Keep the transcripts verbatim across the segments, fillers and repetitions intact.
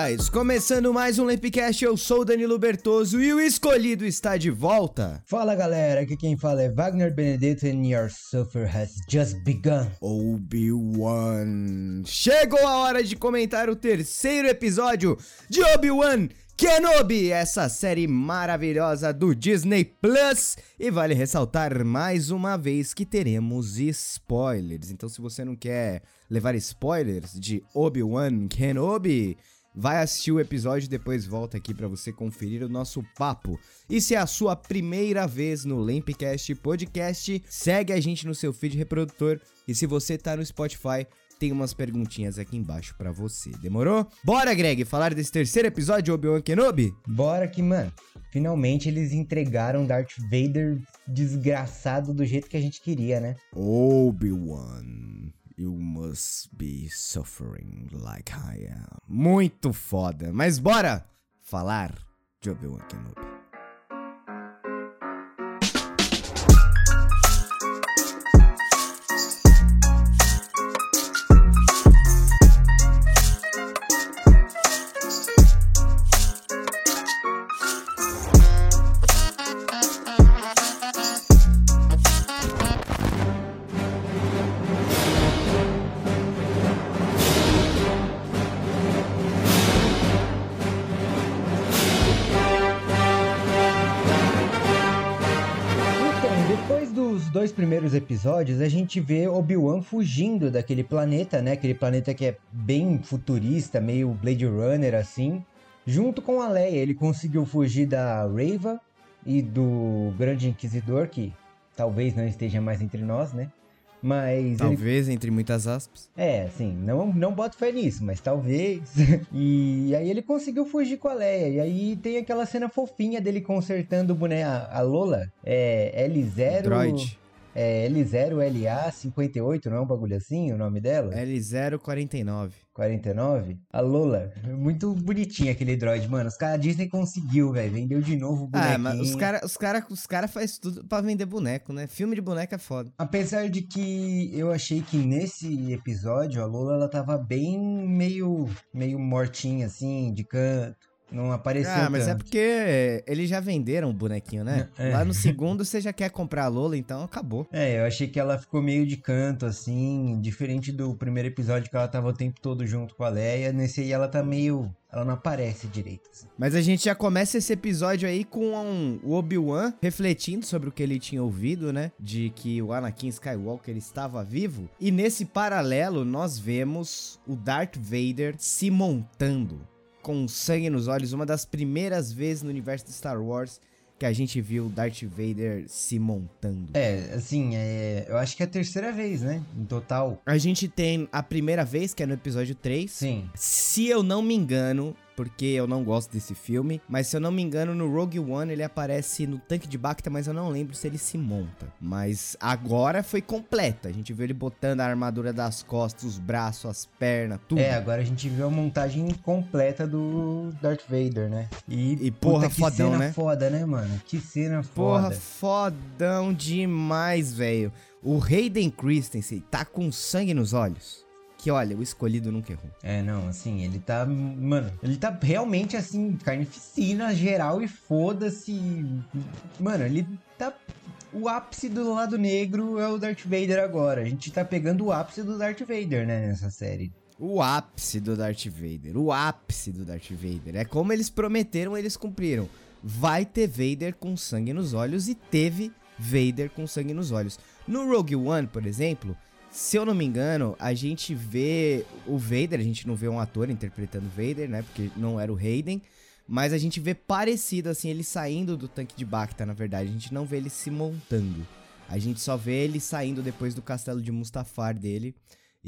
guys! Começando mais um Lampcast, eu sou o Danilo Bertoso e o escolhido está de volta. Fala galera, aqui quem fala é Wagner Benedetto and your suffer has just begun. Obi-Wan. Chegou a hora de comentar o terceiro episódio de Obi-Wan Kenobi, essa série maravilhosa do Disney Plus. E vale ressaltar mais uma vez que teremos spoilers. Então se você não quer levar spoilers de Obi-Wan Kenobi, vai assistir o episódio e depois volta aqui pra você conferir o nosso papo. E se é a sua primeira vez no Lampcast Podcast, segue a gente no seu feed reprodutor. E se você tá no Spotify, tem umas perguntinhas aqui embaixo pra você. Demorou? Bora, Greg, falar desse terceiro episódio de Obi-Wan Kenobi? Bora que, mano, finalmente eles entregaram Darth Vader desgraçado do jeito que a gente queria, né? Obi-Wan, you must be suffering like I am. Muito foda. Mas bora falar de Obi-Wan Kenobi. Dois primeiros episódios, a gente vê Obi-Wan fugindo daquele planeta, né? Aquele planeta que é bem futurista, meio Blade Runner, assim. Junto com a Leia, ele conseguiu fugir da Reva e do Grande Inquisidor, que talvez não esteja mais entre nós, né? Mas talvez, ele... entre muitas aspas. É, assim, não, não boto fé nisso, mas talvez. E aí ele conseguiu fugir com a Leia. E aí tem aquela cena fofinha dele consertando o boneco, a Lola, é L zero... Droid. É L zero L A cinquenta e oito, não é um bagulho assim o nome dela? L zero quarenta e nove. quarenta e nove? A Lola. Muito bonitinho aquele droid, mano. Os caras, a Disney conseguiu, velho. Vendeu de novo o bonequinho. Ah, mas os caras os cara, os cara fazem tudo pra vender boneco, né? Filme de boneco é foda. Apesar de que eu achei que nesse episódio a Lola, ela tava bem meio, meio mortinha, assim, de canto. Não apareceu Ah, mas tanto. é porque eles já venderam o bonequinho, né? É. Lá no segundo você já quer comprar a Lola, então acabou. É, eu achei que ela ficou meio de canto, assim, diferente do primeiro episódio que ela tava o tempo todo junto com a Leia. Nesse aí ela tá meio... ela não aparece direito, assim. Mas a gente já começa esse episódio aí com um, o Obi-Wan refletindo sobre o que ele tinha ouvido, né? De que o Anakin Skywalker estava vivo. E nesse paralelo nós vemos o Darth Vader se montando com sangue nos olhos, uma das primeiras vezes no universo de Star Wars que a gente viu Darth Vader se montando. É, assim, é, eu acho que é a terceira vez, né, em total. A gente tem a primeira vez, que é no episódio três. Sim. Se eu não me engano, porque eu não gosto desse filme, mas se eu não me engano, no Rogue One ele aparece no tanque de Bacta, mas eu não lembro se ele se monta. Mas agora foi completa, a gente viu ele botando a armadura das costas, os braços, as pernas, tudo. É, agora a gente viu a montagem completa do Darth Vader, né? E, e porra, que fodão, cena né? foda, né, mano? Que cena foda. Porra, fodão demais, velho. O Hayden Christensen tá com sangue nos olhos. Que olha, o escolhido nunca errou. É, não, assim, ele tá, mano, ele tá realmente, assim, carnificina geral e foda-se. Mano, ele tá... O ápice do lado negro é o Darth Vader agora. A gente tá pegando o ápice do Darth Vader, né, nessa série. O ápice do Darth Vader, o ápice do Darth Vader. É como eles prometeram, eles cumpriram. Vai ter Vader com sangue nos olhos e teve Vader com sangue nos olhos. No Rogue One, por exemplo... Se eu não me engano, a gente vê o Vader, a gente não vê um ator interpretando Vader, né? Porque não era o Hayden. Mas a gente vê parecido, assim, ele saindo do tanque de Bacta, na verdade. A gente não vê ele se montando. A gente só vê ele saindo depois do castelo de Mustafar dele.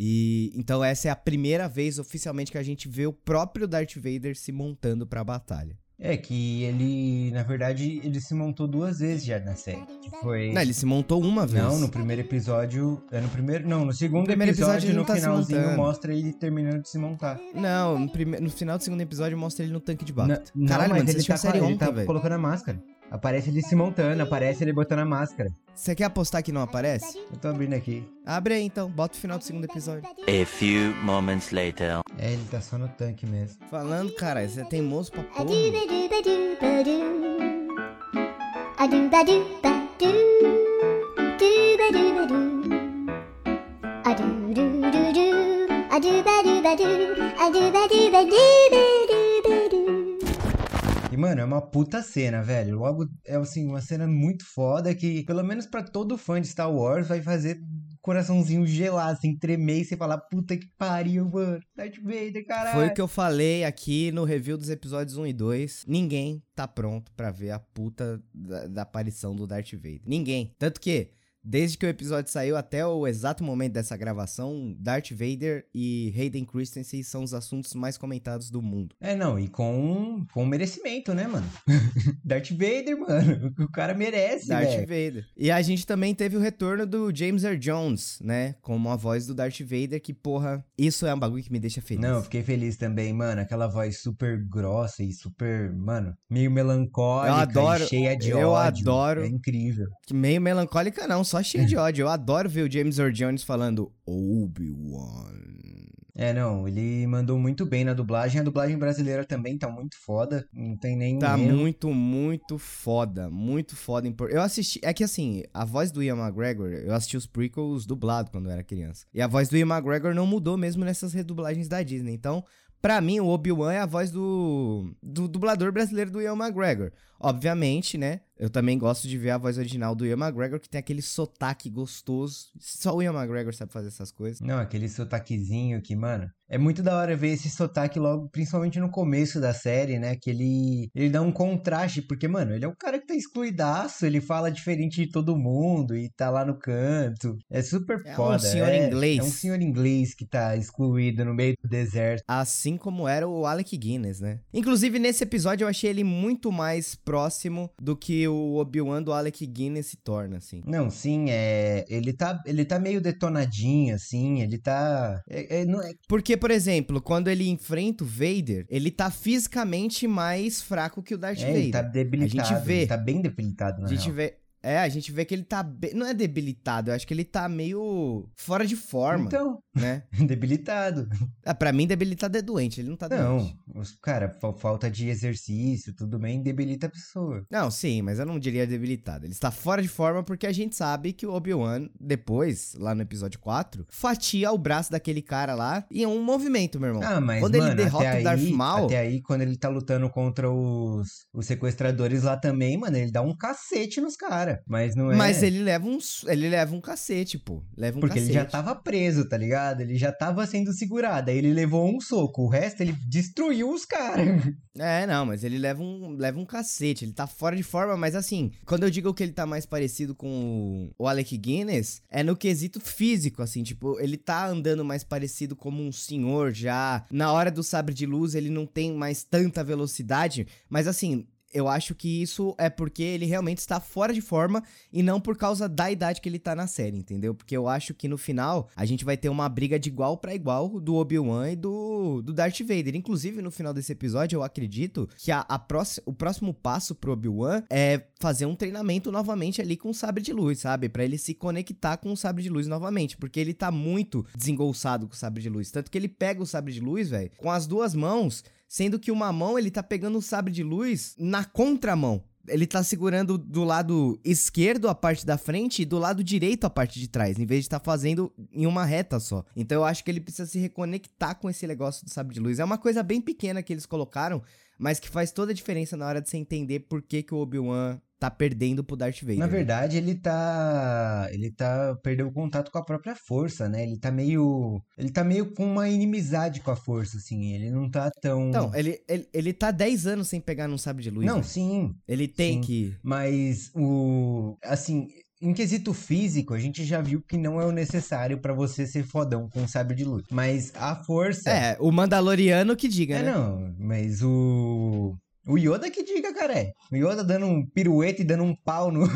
E então essa é a primeira vez oficialmente que a gente vê o próprio Darth Vader se montando pra batalha. É que ele, na verdade, ele se montou duas vezes já na série. Que foi... Não, ele se montou uma vez. Não, no primeiro episódio... É no primeiro... Não, no segundo no primeiro episódio, episódio no tá finalzinho, mostra ele terminando de se montar. Não, no, prime... no final do segundo episódio mostra ele no tanque de Bacta. Não, Caralho, não, mas mano, ele você tá, a série ele ontem, tá velho. colocando a máscara. Aparece ele se montando, aparece ele botando a máscara. Você quer apostar que não aparece? Eu tô abrindo aqui. Abre aí então, bota o final do segundo episódio. A few moments later. É, ele tá só no tanque mesmo. Falando, cara, você é teimoso pra porra. E, mano, é uma puta cena, velho. Logo, é assim, uma cena muito foda que, pelo menos pra todo fã de Star Wars, vai fazer coraçãozinho gelar, assim, tremer e você falar, puta que pariu, mano. Darth Vader, caralho. Foi o que eu falei aqui no review dos episódios um e dois. Ninguém tá pronto pra ver a puta da, da aparição do Darth Vader. Ninguém. Tanto que, desde que o episódio saiu até o exato momento dessa gravação, Darth Vader e Hayden Christensen são os assuntos mais comentados do mundo. É, não, e com, com merecimento, né, mano? Darth Vader, mano, o cara merece, Darth velho. Vader. E a gente também teve o retorno do James Earl Jones, né, como a voz do Darth Vader, que, porra, isso é um bagulho que me deixa feliz. Não, eu fiquei feliz também, mano, aquela voz super grossa e super, mano, meio melancólica Eu adoro, e cheia de eu ódio. adoro. É incrível. Meio melancólica não, só cheia de ódio. Eu adoro ver o James Earl Jones falando Obi-Wan. É, não, ele mandou muito bem na dublagem. A dublagem brasileira também tá muito foda. Não tem nem Tá erro. muito, muito foda. Muito foda. em por- Eu assisti... É que assim, a voz do Ian McGregor... Eu assisti os prequels dublado quando eu era criança. E a voz do Ian McGregor não mudou mesmo nessas redublagens da Disney. Então, pra mim, o Obi-Wan é a voz do... Do dublador brasileiro do Ian McGregor. Obviamente, né? Eu também gosto de ver a voz original do Ian McGregor, que tem aquele sotaque gostoso. Só o Ian McGregor sabe fazer essas coisas. Não, aquele sotaquezinho que, mano... É muito da hora ver esse sotaque logo, principalmente no começo da série, né? Que ele, ele dá um contraste, porque, mano, ele é um cara que tá excluidaço, ele fala diferente de todo mundo e tá lá no canto. É super É um foda. senhor é, inglês. É um senhor inglês que tá excluído no meio do deserto. Assim como era o Alec Guinness, né? Inclusive, nesse episódio, eu achei ele muito mais próximo do que o Obi-Wan do Alec Guinness se torna, assim. Não, sim, é... Ele tá, ele tá meio detonadinho, assim, ele tá... É, é, não é... Porque, por exemplo, quando ele enfrenta o Vader, ele tá fisicamente mais fraco que o Darth É, Vader. ele tá debilitado, A gente vê. ele tá bem debilitado, na A gente real. vê... É, a gente vê que ele tá... Be... Não é debilitado, eu acho que ele tá meio fora de forma, Então, né? debilitado. Ah, pra mim, debilitado é doente, ele não tá Não, doente. os, cara, fa- falta de exercício, tudo bem, debilita a pessoa. Não, sim, mas eu não diria debilitado. Ele está fora de forma porque a gente sabe que o Obi-Wan, depois, lá no episódio quatro, fatia o braço daquele cara lá em um movimento, meu irmão. Ah, mas, Quando mano, ele derrota até o Darth aí, Maul... até aí, quando ele tá lutando contra os, os sequestradores lá também, mano, ele dá um cacete nos caras. Mas não é... Mas ele leva um, ele leva um cacete, pô. Leva um Porque cacete. ele já tava preso, tá ligado? Ele já tava sendo segurado. Aí ele levou um soco. O resto, ele destruiu os caras. É, não, mas ele leva um, leva um cacete. Ele tá fora de forma, mas assim, quando eu digo que ele tá mais parecido com o, o Alec Guinness, é no quesito físico, assim, tipo, ele tá andando mais parecido como um senhor já. Na hora do sabre de luz, ele não tem mais tanta velocidade, mas assim... Eu acho que isso é porque ele realmente está fora de forma e não por causa da idade que ele tá na série, entendeu? Porque eu acho que no final a gente vai ter uma briga de igual pra igual do Obi-Wan e do, do Darth Vader. Inclusive, no final desse episódio, eu acredito que a, a próxima, o próximo passo pro Obi-Wan é fazer um treinamento novamente ali com o sabre de luz, sabe? Pra ele se conectar com o sabre de luz novamente, porque ele tá muito desengolçado com o sabre de luz. Tanto que ele pega o sabre de luz, velho, com as duas mãos, sendo que uma mão ele tá pegando o sabre de luz na contramão. Ele tá segurando do lado esquerdo a parte da frente e do lado direito a parte de trás, em vez de estar fazendo em uma reta só. Então eu acho que ele precisa se reconectar com esse negócio do sabre de luz. É uma coisa bem pequena que eles colocaram, mas que faz toda a diferença na hora de você entender por que, que o Obi-Wan tá perdendo pro Darth Vader. Na verdade, ele tá... Ele tá... Perdeu o contato com a própria força, né? Ele tá meio... Ele tá meio com uma inimizade com a força, assim. Ele não tá tão... Então, ele, ele, ele tá dez anos sem pegar num sabre de luz. Não, né? sim. Ele tem sim. que... Mas o... Assim... Em quesito físico, a gente já viu que não é o necessário pra você ser fodão com um sabre de luz. Mas a força... É, o Mandaloriano que diga, É, né? não. Mas o... O Yoda que diga, cara. É. O Yoda dando um piruete e dando um pau no,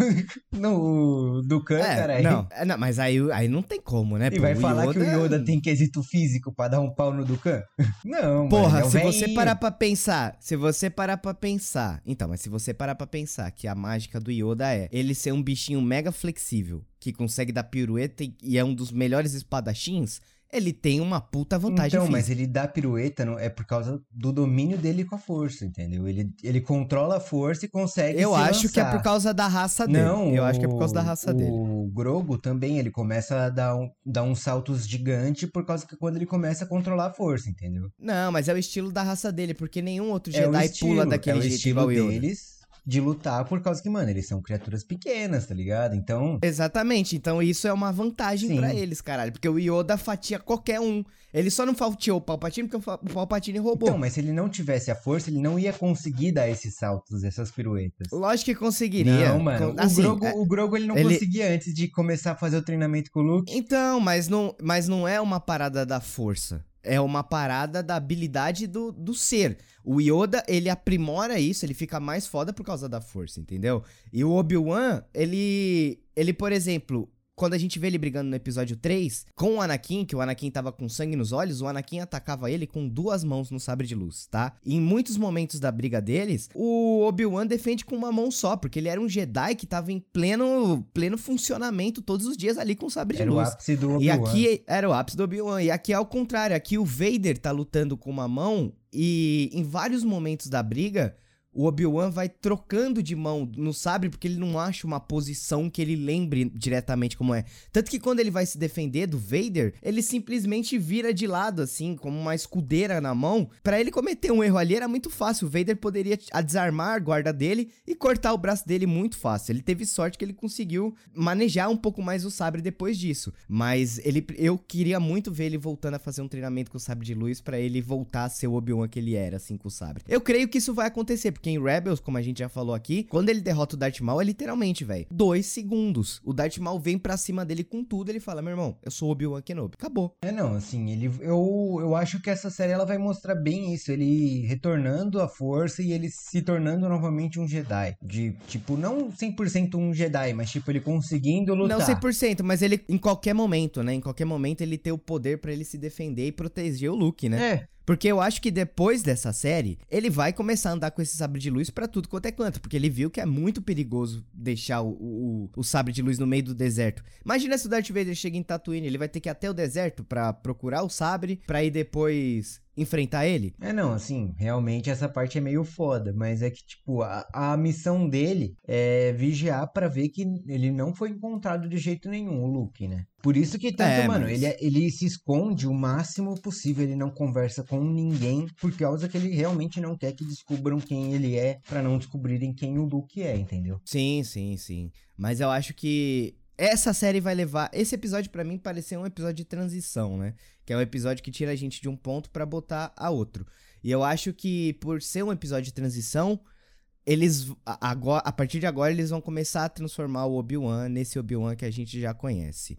no Dukan, É, cara. não, é, não, mas aí, aí não tem como, né? E pô, vai o falar Yoda... que o Yoda tem quesito físico pra dar um pau no Dukan? Não, Porra, mano, é o se você velhinho. parar pra pensar, se você parar pra pensar... Então, mas se você parar pra pensar que a mágica do Yoda é ele ser um bichinho mega flexível, que consegue dar pirueta e- e é um dos melhores espadachins, ele tem uma puta vantagem Então, mas física. ele dá pirueta não, é por causa do domínio dele com a força, entendeu? Ele, ele controla a força e consegue Eu se acho que é por lançar. causa da raça dele. Não, Eu acho que é por causa da o, raça dele. o Grogu também, ele começa a dar, um, dar uns saltos gigantes por causa que quando ele começa a controlar a força, entendeu? Não, mas é o estilo da raça dele, porque nenhum outro É o Jedi estilo, pula é daquele o jeito estilo igual o Yoda. deles de lutar por causa que, mano, eles são criaturas pequenas, tá ligado? Então, Exatamente, então isso é uma vantagem Sim. pra eles, caralho. Porque o Yoda fatia qualquer um. Ele só não fatiou o Palpatine porque o Fa- o Palpatine roubou. então, mas se ele não tivesse a força, ele não ia conseguir dar esses saltos, essas piruetas. Lógico que conseguiria. Não, mano. Com- O, assim, Grogu, é- o Grogu ele não ele- conseguia antes de começar a fazer o treinamento com o Luke. Então, mas não, mas não é uma parada da força. É uma parada da habilidade do, do ser. O Yoda, ele aprimora isso, ele fica mais foda por causa da força, entendeu? E o Obi-Wan, ele, ele, por exemplo, quando a gente vê ele brigando no episódio três, com o Anakin, que o Anakin tava com sangue nos olhos, o Anakin atacava ele com duas mãos no sabre de luz, tá? E em muitos momentos da briga deles, o Obi-Wan defende com uma mão só, porque ele era um Jedi que tava em pleno, pleno funcionamento todos os dias ali com o sabre de Era o luz. ápice do E Obi-Wan. aqui era o ápice do Obi-Wan. E aqui é o contrário. Aqui o Vader tá lutando com uma mão e em vários momentos da briga, o Obi-Wan vai trocando de mão no sabre porque ele não acha uma posição que ele lembre diretamente como é. Tanto que quando ele vai se defender do Vader, ele simplesmente vira de lado, assim, como uma escudeira na mão. Pra ele cometer um erro ali era muito fácil. O Vader poderia a desarmar a guarda dele e cortar o braço dele muito fácil. Ele teve sorte que ele conseguiu manejar um pouco mais o sabre depois disso. Mas ele, eu queria muito ver ele voltando a fazer um treinamento com o sabre de luz pra ele voltar a ser o Obi-Wan que ele era, assim, com o sabre. Eu creio que isso vai acontecer, porque em Rebels, como a gente já falou aqui, quando ele derrota o Darth Maul, é literalmente, velho, dois segundos. O Darth Maul vem pra cima dele com tudo, ele fala, meu irmão, eu sou o Obi-Wan Kenobi. Acabou. É, não, assim, ele, eu, eu acho que essa série ela vai mostrar bem isso, ele retornando à força e ele se tornando novamente um Jedi. De, tipo, não cem por cento um Jedi, mas, tipo, ele conseguindo lutar. Não cem por cento, mas ele, em qualquer momento, né, em qualquer momento ele tem o poder pra ele se defender e proteger o Luke, né? É, Porque eu acho que depois dessa série, ele vai começar a andar com esse sabre de luz pra tudo quanto é canto. Porque ele viu que é muito perigoso deixar o, o, o sabre de luz no meio do deserto. Imagina se o Darth Vader chega em Tatooine, ele vai ter que ir até o deserto pra procurar o sabre, pra ir depois enfrentar ele? É, não, assim, realmente essa parte é meio foda, mas é que, tipo, a, a missão dele é vigiar pra ver que ele não foi encontrado de jeito nenhum, o Luke, né? Por isso que tanto, É, mano, mas- ele, ele se esconde o máximo possível, ele não conversa com ninguém, por causa que ele realmente não quer que descubram quem ele é, pra não descobrirem quem o Luke é, entendeu? Sim, sim, sim. Mas eu acho que essa série vai levar... Esse episódio pra mim pareceu um episódio de transição, né? Que é um episódio que tira a gente de um ponto pra botar a outro. E eu acho que por ser um episódio de transição, eles... a- Agora, a partir de agora eles vão começar a transformar o Obi-Wan nesse Obi-Wan que a gente já conhece.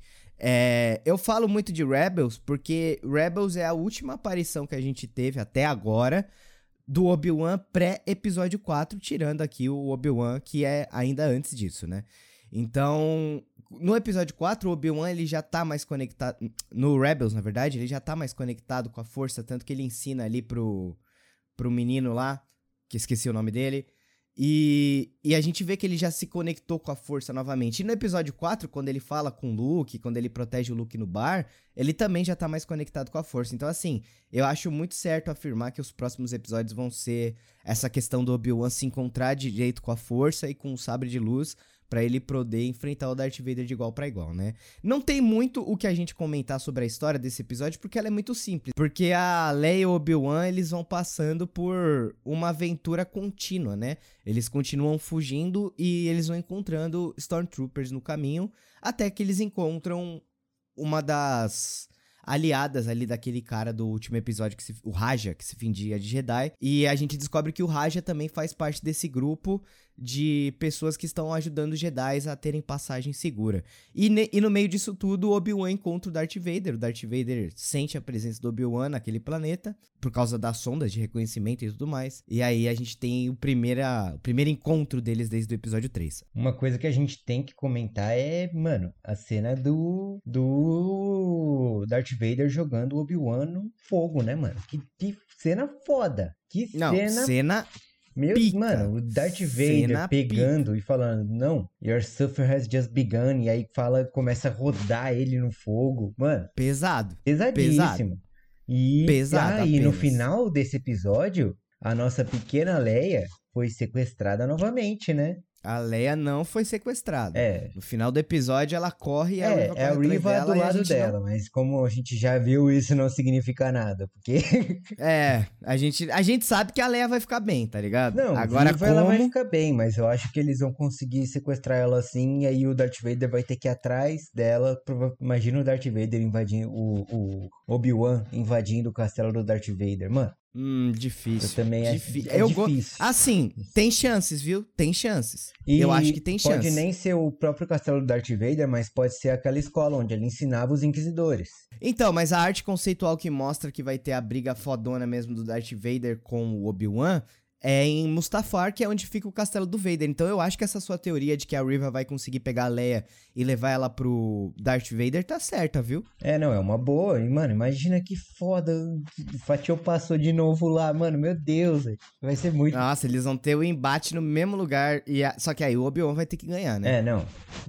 É, eu falo muito de Rebels porque Rebels é a última aparição que a gente teve até agora do Obi-Wan pré-episódio quatro, tirando aqui o Obi-Wan que é ainda antes disso, né? Então, no episódio quatro, o Obi-Wan ele já tá mais conectado... No Rebels, na verdade, ele já tá mais conectado com a força, tanto que ele ensina ali pro, pro menino lá, que esqueci o nome dele, e, e a gente vê que ele já se conectou com a força novamente. E no episódio quatro, quando ele fala com o Luke, quando ele protege o Luke no bar, ele também já tá mais conectado com a força. Então, assim, eu acho muito certo afirmar que os próximos episódios vão ser essa questão do Obi-Wan se encontrar direito com a força e com o sabre de luz, pra ele poder enfrentar o Darth Vader de igual pra igual, né? Não tem muito o que a gente comentar sobre a história desse episódio, porque ela é muito simples. Porque a Leia e o Obi-Wan, eles vão passando por uma aventura contínua, né? Eles continuam fugindo e eles vão encontrando Stormtroopers no caminho, até que eles encontram uma das aliadas ali daquele cara do último episódio, que se, o Raja, que se fingia de Jedi. E a gente descobre que o Raja também faz parte desse grupo de pessoas que estão ajudando os Jedi a terem passagem segura. E, ne, e no meio disso tudo, o Obi-Wan encontra o Darth Vader. O Darth Vader sente a presença do Obi-Wan naquele planeta, por causa das sondas de reconhecimento e tudo mais. E aí a gente tem o, primeira, o primeiro encontro deles desde o episódio três. Uma coisa que a gente tem que comentar é, mano, a cena do, do Darth Vader jogando o Obi-Wan no fogo, né, mano? Que, que cena foda. Que Não, cena... cena... Meu, pica. Mano, o Darth Vader Cena pegando pica. e falando, não, your suffer has just begun, e aí fala, começa a rodar ele no fogo, mano, Pesado. pesadíssimo. Pesado. E, Pesado ah, e no apenas. final desse episódio, a nossa pequena Leia foi sequestrada novamente, né? A Leia não foi sequestrada. É. No final do episódio, ela corre e a É, Riva é a corre Riva atrás do dela, e a lado gente dela, mas como a gente já viu, isso não significa nada, porque... Não... É, a gente, a gente sabe que a Leia vai ficar bem, tá ligado? Não, agora viva como... ela vai ficar bem, mas eu acho que eles vão conseguir sequestrar ela assim, e aí o Darth Vader vai ter que ir atrás dela. Prova... Imagina o Darth Vader invadindo, o, o Obi-Wan invadindo o castelo do Darth Vader, mano. Hum, difícil. Eu também acho Difí- é eu go- difícil. Assim, tem chances, viu? Tem chances. E eu acho que tem pode chances. nem ser o próprio castelo do Darth Vader, mas pode ser aquela escola onde ele ensinava os inquisidores. Então, mas a arte conceitual que mostra que vai ter a briga fodona mesmo do Darth Vader com o Obi-Wan é em Mustafar, que é onde fica o castelo do Vader. Então eu acho que essa sua teoria de que a Riva vai conseguir pegar a Leia e levar ela pro Darth Vader tá certa, viu? É, não, é uma boa. E, mano, imagina que foda. O Fatio passou de novo lá, mano. Meu Deus, véio. Vai ser muito... Nossa, eles vão ter o embate no mesmo lugar. E a... Só que aí o Obi-Wan vai ter que ganhar, né? É, não.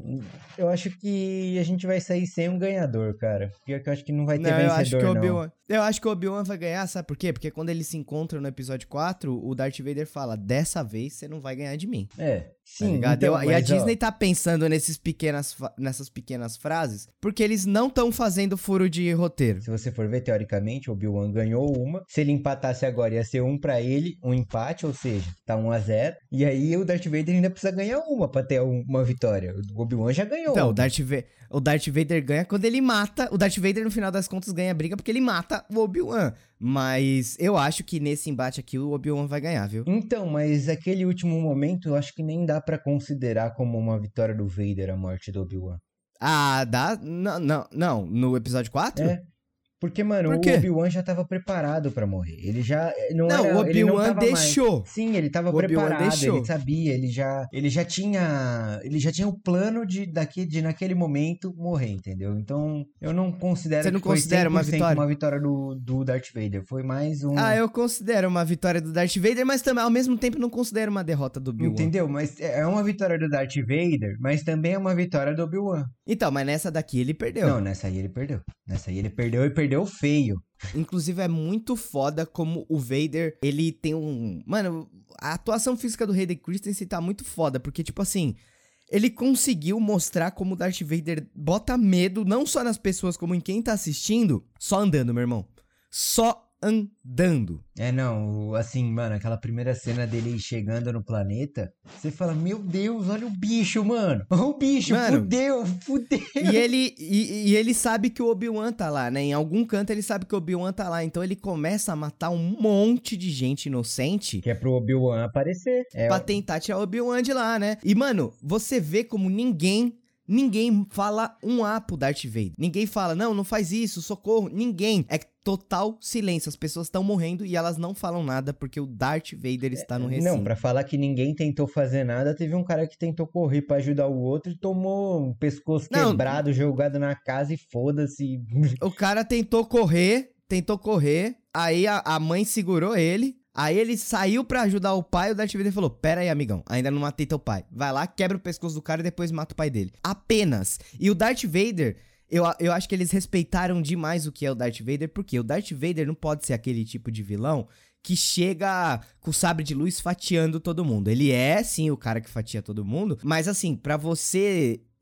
Eu acho que a gente vai sair sem um ganhador, cara. Pior que eu acho que não vai ter Não, eu acho que vencedor, o não. Obi-Wan... Eu acho que o Obi-Wan vai ganhar, sabe por quê? Porque quando eles se encontram no episódio quatro, o Darth Vader fala, dessa vez você não vai ganhar de mim. É, Tá sim. ligado? Então, Eu- e a mas, ó, Disney tá pensando nesses pequenas, fa- nessas pequenas frases porque eles não estão fazendo furo de roteiro. se você for ver, teoricamente, o Obi-Wan ganhou uma. Se ele empatasse agora, ia ser um pra ele, um empate, ou seja, tá um a zero. E aí o Darth Vader ainda precisa ganhar uma pra ter um- uma vitória. O Obi-Wan já ganhou. Então, o uma. Darth, Va- o Darth Vader ganha quando ele mata... O Darth Vader, no final das contas, ganha a briga porque ele mata o Obi-Wan. Mas eu acho que nesse embate aqui o Obi-Wan vai ganhar, viu? Então, mas aquele último momento, eu acho que nem dá pra considerar como uma vitória do Vader a morte do Obi-Wan. Ah, dá? Não, não, não. No episódio quatro? É. Porque, mano, Por o quê? Obi-Wan já tava preparado pra morrer. Ele já não, Não, era, o ele não Obi-Wan tava mais- deixou. Sim, ele tava O Obi-Wan preparado, deixou. ele sabia, ele já, ele já tinha, ele já tinha o plano de daqui de naquele momento morrer, entendeu? Então, eu não considero Você não que foi considera uma cem por cento vitória? uma vitória do, do Darth Vader, foi mais um, Ah, eu considero uma vitória do Darth Vader, mas também, ao mesmo tempo, não considero uma derrota do Obi-Wan. entendeu? Mas é é uma vitória do Darth Vader, mas também é uma vitória do Obi-Wan. Então, mas nessa daqui ele perdeu. Não, nessa aí ele perdeu. Nessa aí ele perdeu e perdeu feio. Inclusive, é muito foda como o Vader, ele tem um... Mano, a atuação física do Hayden Christensen tá muito foda, porque, tipo assim, ele conseguiu mostrar como o Darth Vader bota medo, não só nas pessoas, como em quem tá assistindo, só andando, meu irmão. Só andando. É, não, o- assim, mano, aquela primeira cena dele chegando no planeta, você fala, meu Deus, olha o bicho, mano. Olha o bicho, Mano, fudeu, fudeu. E ele, e, e ele sabe que o Obi-Wan tá lá, né? Em algum canto ele sabe que o Obi-Wan tá lá, então ele começa a matar um monte de gente inocente Que é pro Obi-Wan aparecer. É, pra tentar tirar o Obi-Wan de lá, né? E, mano, você vê como ninguém, ninguém fala um A pro Darth Vader. Ninguém fala, não, não faz isso, socorro. Ninguém. É total silêncio. As pessoas estão morrendo e elas não falam nada porque o Darth Vader está no recinto. Não, pra falar que ninguém tentou fazer nada, teve um cara que tentou correr pra ajudar o outro e tomou um pescoço Não. quebrado, jogado na casa e foda-se. O cara tentou correr, tentou correr, aí a, a mãe segurou ele, aí ele saiu pra ajudar o pai, o Darth Vader falou, pera aí, amigão, ainda não matei teu pai. Vai lá, quebra o pescoço do cara e depois mata o pai dele. Apenas. E o Darth Vader... Eu, eu acho que eles respeitaram demais o que é o Darth Vader, porque o Darth Vader não pode ser aquele tipo de vilão que chega com o sabre de luz fatiando todo mundo. Ele é, sim, o cara que fatia todo mundo, mas assim, pra você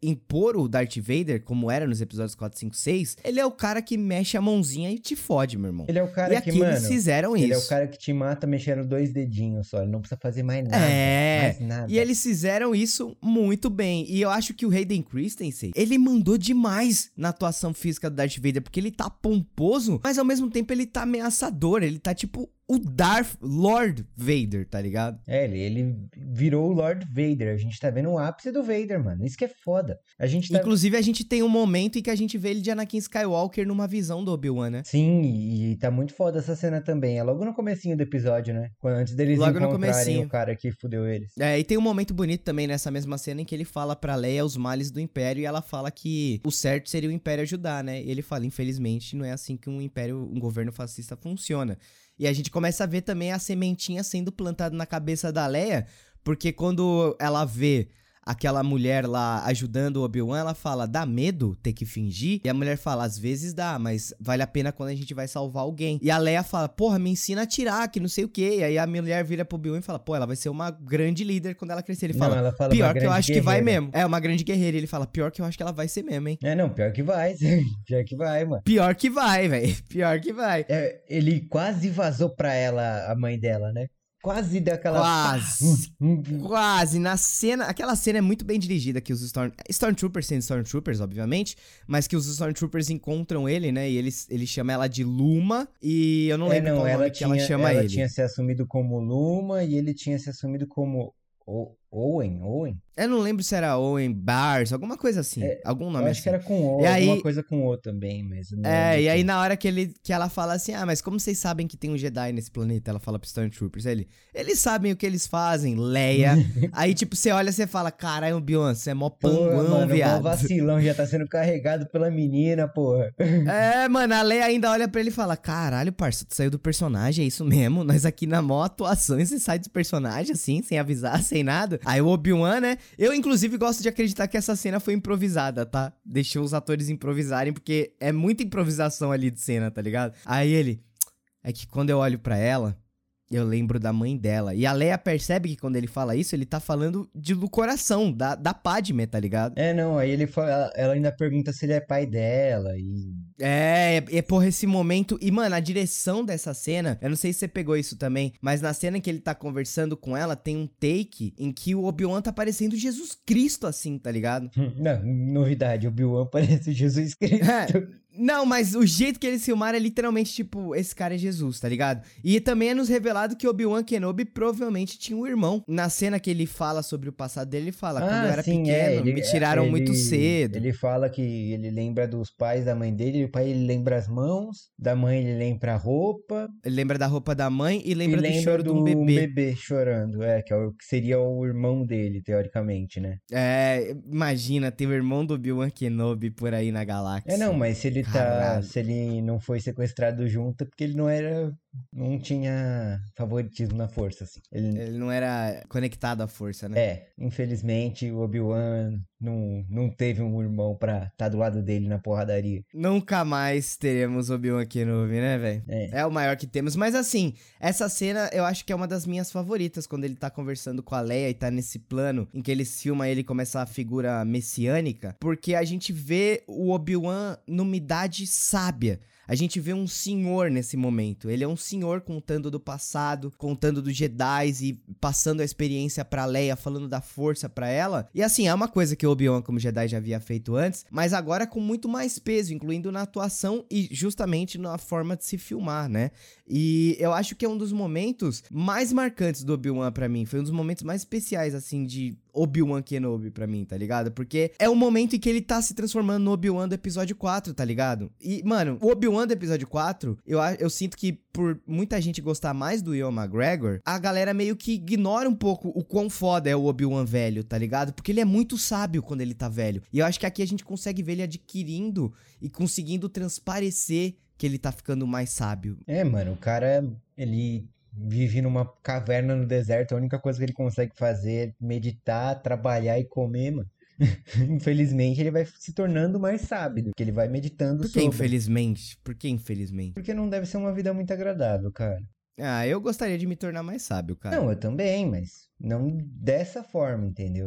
impor o Darth Vader, como era nos episódios quatro, cinco, seis, ele é o cara que mexe a mãozinha e te fode, meu irmão. Ele é o cara e que, aqui mano... eles fizeram ele isso. é o cara que te mata mexendo dois dedinhos só. Ele não precisa fazer mais nada. É, mais nada. E eles fizeram isso muito bem. E eu acho que o Hayden Christensen, ele mandou demais na atuação física do Darth Vader, porque ele tá pomposo, mas ao mesmo tempo ele tá ameaçador. Ele tá tipo o Darth Lord Vader, tá ligado? É, ele, ele virou o Lord Vader. A gente tá vendo o ápice do Vader, mano. Isso que é foda. A gente tá... Inclusive, a gente tem um momento em que a gente vê ele de Anakin Skywalker numa visão do Obi-Wan, né? Sim, e, e tá muito foda essa cena também. É logo no comecinho do episódio, né? Quando, antes deles Logo no encontrarem comecinho. o cara que fudeu eles. É, e tem um momento bonito também nessa mesma cena em que ele fala pra Leia os males do Império e ela fala que o certo seria o Império ajudar, né? E ele fala, infelizmente, não é assim que um Império, um governo fascista funciona. E a gente começa a ver também a sementinha sendo plantada na cabeça da Leia, porque quando ela vê aquela mulher lá ajudando o Obi-Wan, ela fala, dá medo ter que fingir? E a mulher fala, às vezes dá, mas vale a pena quando a gente vai salvar alguém. E a Leia fala, porra, me ensina a atirar, que não sei o quê. E aí a mulher vira pro Obi-Wan e fala, pô, ela vai ser uma grande líder quando ela crescer. Ele fala, Não, ela fala pior uma que eu grande acho que vai guerreira. mesmo. É, uma grande guerreira. Ele fala, pior que eu acho que ela vai ser mesmo, hein? É, não, pior que vai. Pior que vai, mano. Pior que vai, velho. Pior que vai. É, ele quase vazou pra ela, a mãe dela, né? Quase deu aquela... Quase. Quase. Na cena... Aquela cena é muito bem dirigida, que os Storm... Stormtroopers sendo Stormtroopers, obviamente, mas que os Stormtroopers encontram ele, né? E ele, ele chama ela de Luma, e eu não É, lembro não, qual ela nome tinha, que ela chama ela ele. tinha se assumido como Luma e ele tinha se assumido como o, Owen, Owen? Eu não lembro se era Owen Bars, alguma coisa assim. É, algum Eu nome acho assim. que era com O, E alguma aí- coisa com O também, mas... não É, lembro e aí quem. na hora que, ele, que ela fala assim, ah, mas como vocês sabem que tem um Jedi nesse planeta? Ela fala pro Stormtroopers, ele, eles sabem o que eles fazem, Leia. Aí tipo, você olha e você fala, caralho, Obi-Wan, você é mó Pô, panguão, mano, mó viado. vacilão, já tá sendo carregado pela menina, porra. É, mano, a Leia ainda olha pra ele e fala, caralho, parça, tu saiu do personagem, é isso mesmo? Nós aqui na mó atuação e você sai do personagem assim, sem avisar, sem nada. Aí o Obi-Wan, né, eu inclusive gosto de acreditar que essa cena foi improvisada, tá? Deixou os atores improvisarem, porque é muita improvisação ali de cena, tá ligado? Aí ele, é que quando eu olho pra ela, eu lembro da mãe dela. E a Leia percebe que quando ele fala isso, ele tá falando de, do coração, da, da Padme, tá ligado? É, não, aí ele fala, ela ainda pergunta se ele é pai dela e... É, é, é porra, esse momento. E, mano, a direção dessa cena, eu não sei se você pegou isso também, mas na cena que ele tá conversando com ela, tem um take em que o Obi-Wan tá parecendo Jesus Cristo, assim, tá ligado? Não, novidade, o Obi-Wan parece Jesus Cristo. É, não, mas o jeito que eles filmaram é literalmente tipo, esse cara é Jesus, tá ligado? E também é nos revelado que Obi-Wan Kenobi provavelmente tinha um irmão. Na cena que ele fala sobre o passado dele, ele fala, quando eu era sim, pequeno, é, ele- me tiraram ele- muito cedo. Ele fala que ele lembra dos pais da mãe dele, o pai ele lembra as mãos, da mãe ele lembra a roupa, Ele lembra da roupa da mãe e lembra e do lembra choro do de um bebê. chorando, é, que é o que seria o irmão dele, teoricamente, né? É, imagina, tem o irmão do Obi-Wan Kenobi por aí na galáxia. É, não, mas se ele tá, Caralho. se ele não foi sequestrado junto, é porque ele não era, não tinha favoritismo na força, assim. Ele, Ele não era conectado à força, né? é, infelizmente o Obi-Wan não, não teve um irmão pra tá do lado dele na porradaria. Nunca mais teremos Obi-Wan Kenobi, né, velho? É. É o maior que temos. Mas assim, essa cena eu acho que é uma das minhas favoritas, quando ele tá conversando com a Leia e tá nesse plano em que eles filmam ele como essa figura messiânica, porque a gente vê o Obi-Wan numa idade sábia. A gente vê um senhor nesse momento. Ele é um senhor contando do passado, contando dos Jedi e passando a experiência pra Leia, falando da força pra ela. E assim, é uma coisa que o Obi-Wan como Jedi já havia feito antes, mas agora com muito mais peso, incluindo na atuação e justamente na forma de se filmar, né? E eu acho que é um dos momentos mais marcantes do Obi-Wan pra mim. Foi um dos momentos mais especiais, assim, de Obi-Wan Kenobi pra mim, tá ligado? Porque é o momento em que ele tá se transformando no Obi-Wan do episódio quatro, tá ligado? E, mano, o Obi-Wan do episódio quatro, eu, a- eu sinto que por muita gente gostar mais do Ewan McGregor, a galera meio que ignora um pouco o quão foda é o Obi-Wan velho, tá ligado? Porque ele é muito sábio quando ele tá velho. E eu acho que aqui a gente consegue ver ele adquirindo e conseguindo transparecer que ele tá ficando mais sábio. É, mano, o cara, ele vive numa caverna no deserto, a única coisa que ele consegue fazer é meditar, trabalhar e comer, mano. Infelizmente, ele vai se tornando mais sábio, porque ele vai meditando Por que sobre. infelizmente? Por que infelizmente? Porque não deve ser uma vida muito agradável, cara. Ah, eu gostaria de me tornar mais sábio, cara. Não, eu também, mas não dessa forma, entendeu?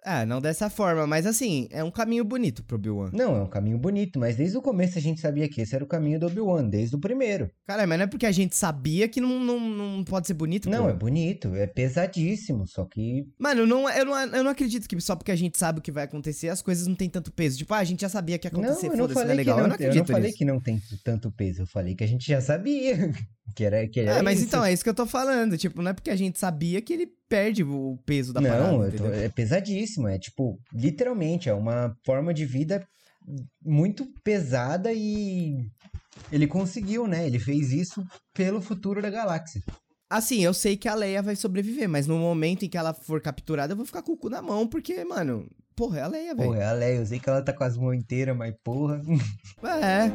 Ah, não dessa forma, mas assim, é um caminho bonito pro Obi-Wan. Não, é um caminho bonito, mas desde o começo a gente sabia que esse era o caminho do Obi-Wan, desde o primeiro. Cara, mas não é porque a gente sabia que não, não, não pode ser bonito, Não, pô. é bonito, é pesadíssimo, só que... Mano, não, eu, não, eu não acredito que só porque a gente sabe o que vai acontecer, as coisas não tem tanto peso. Tipo, ah, a gente já sabia que ia acontecer, Não, eu não foda-se, não é falei que legal. não, eu não eu acredito não falei nisso. que não tem t- tanto peso, eu falei que a gente já sabia que era, que era É, mas isso. então, é isso que eu tô falando. Tipo, não é porque a gente sabia que ele perde o peso da parada, Não, eu tô- entendeu? é pesadíssimo, é tipo, literalmente, é uma forma de vida muito pesada e ele conseguiu, né? Ele fez isso pelo futuro da galáxia. Assim, eu sei que a Leia vai sobreviver, mas no momento em que ela for capturada, eu vou ficar com o cu na mão, porque, mano, porra, é a Leia, velho. Porra, é a Leia, eu sei que ela tá com as mãos inteiras, mas porra... É.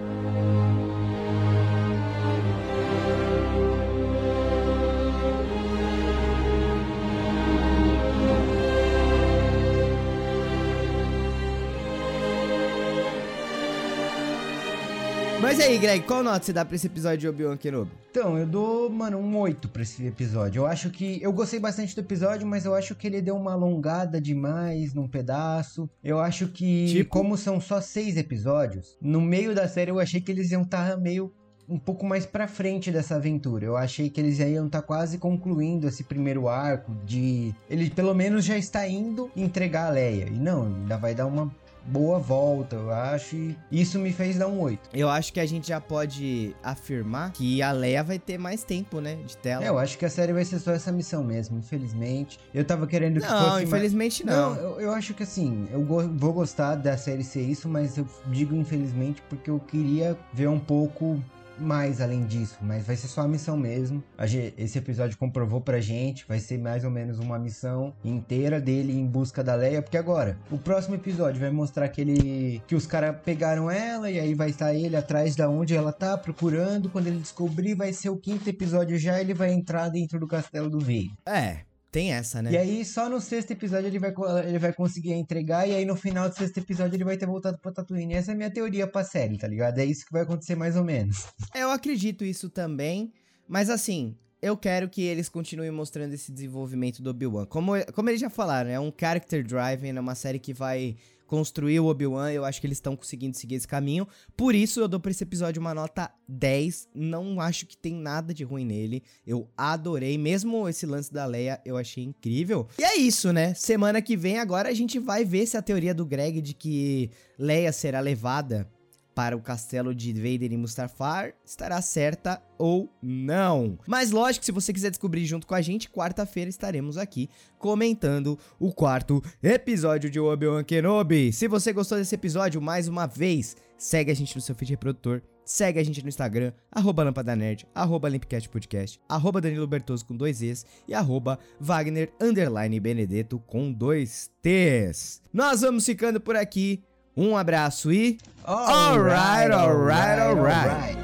Mas aí, Greg, qual nota você dá pra esse episódio de Obi-Wan Kenobi? Então, eu dou, mano, um oito pra esse episódio. Eu acho que... Eu gostei bastante do episódio, mas eu acho que ele deu uma alongada demais num pedaço. Eu acho que, Tipo? como são só seis episódios, no meio da série eu achei que eles iam estar meio... um pouco mais pra frente dessa aventura. Eu achei que eles iam estar quase concluindo esse primeiro arco de... Ele pelo menos já está indo entregar a Leia. E não, ainda vai dar uma boa volta, eu acho. E isso me fez dar um oito. Eu acho que a gente já pode afirmar que a Leia vai ter mais tempo, né, de tela. É, eu acho que a série vai ser só essa missão mesmo, infelizmente. Eu tava querendo que fosse... Não, mais- infelizmente não. Não, eu, eu acho que assim, eu go- vou gostar da série ser isso, mas eu digo infelizmente porque eu queria ver um pouco mais além disso, mas vai ser só a missão mesmo. A ge- esse episódio comprovou pra gente, vai ser mais ou menos uma missão inteira dele em busca da Leia, porque agora, o próximo episódio vai mostrar que ele, que os caras pegaram ela e aí vai estar ele atrás da onde ela tá procurando, quando ele descobrir vai ser o quinto episódio já, ele vai entrar dentro do castelo do Vader. É, tem essa, né? E aí, só no sexto episódio ele vai, co- ele vai conseguir entregar, e aí no final do sexto episódio ele vai ter voltado pra Tatooine. Essa é a minha teoria pra série, tá ligado? É isso que vai acontecer mais ou menos. Eu acredito isso também, mas assim, eu quero que eles continuem mostrando esse desenvolvimento do Obi-Wan. Como, como eles já falaram, é um character driving, é uma série que vai construir o Obi-Wan, eu acho que eles estão conseguindo seguir esse caminho. Por isso eu dou pra esse episódio uma nota dez, não acho que tem nada de ruim nele. Eu adorei, mesmo esse lance da Leia, eu achei incrível. E é isso, né? Semana que vem agora a gente vai ver se a teoria do Greg de que Leia será levada para o castelo de Vader em Mustafar estará certa ou não. Mas lógico, se você quiser descobrir junto com a gente, quarta-feira estaremos aqui comentando o quarto episódio de Obi-Wan Kenobi. Se você gostou desse episódio, mais uma vez, segue a gente no seu feed reprodutor, segue a gente no Instagram, arroba Lâmpada Nerd, arroba Limpcast Podcast, arroba Danilo Bertoso com dois E's e arroba Wagner underline Benedetto com dois T's. Nós vamos ficando por aqui. Um abraço e... Alright, alright, alright.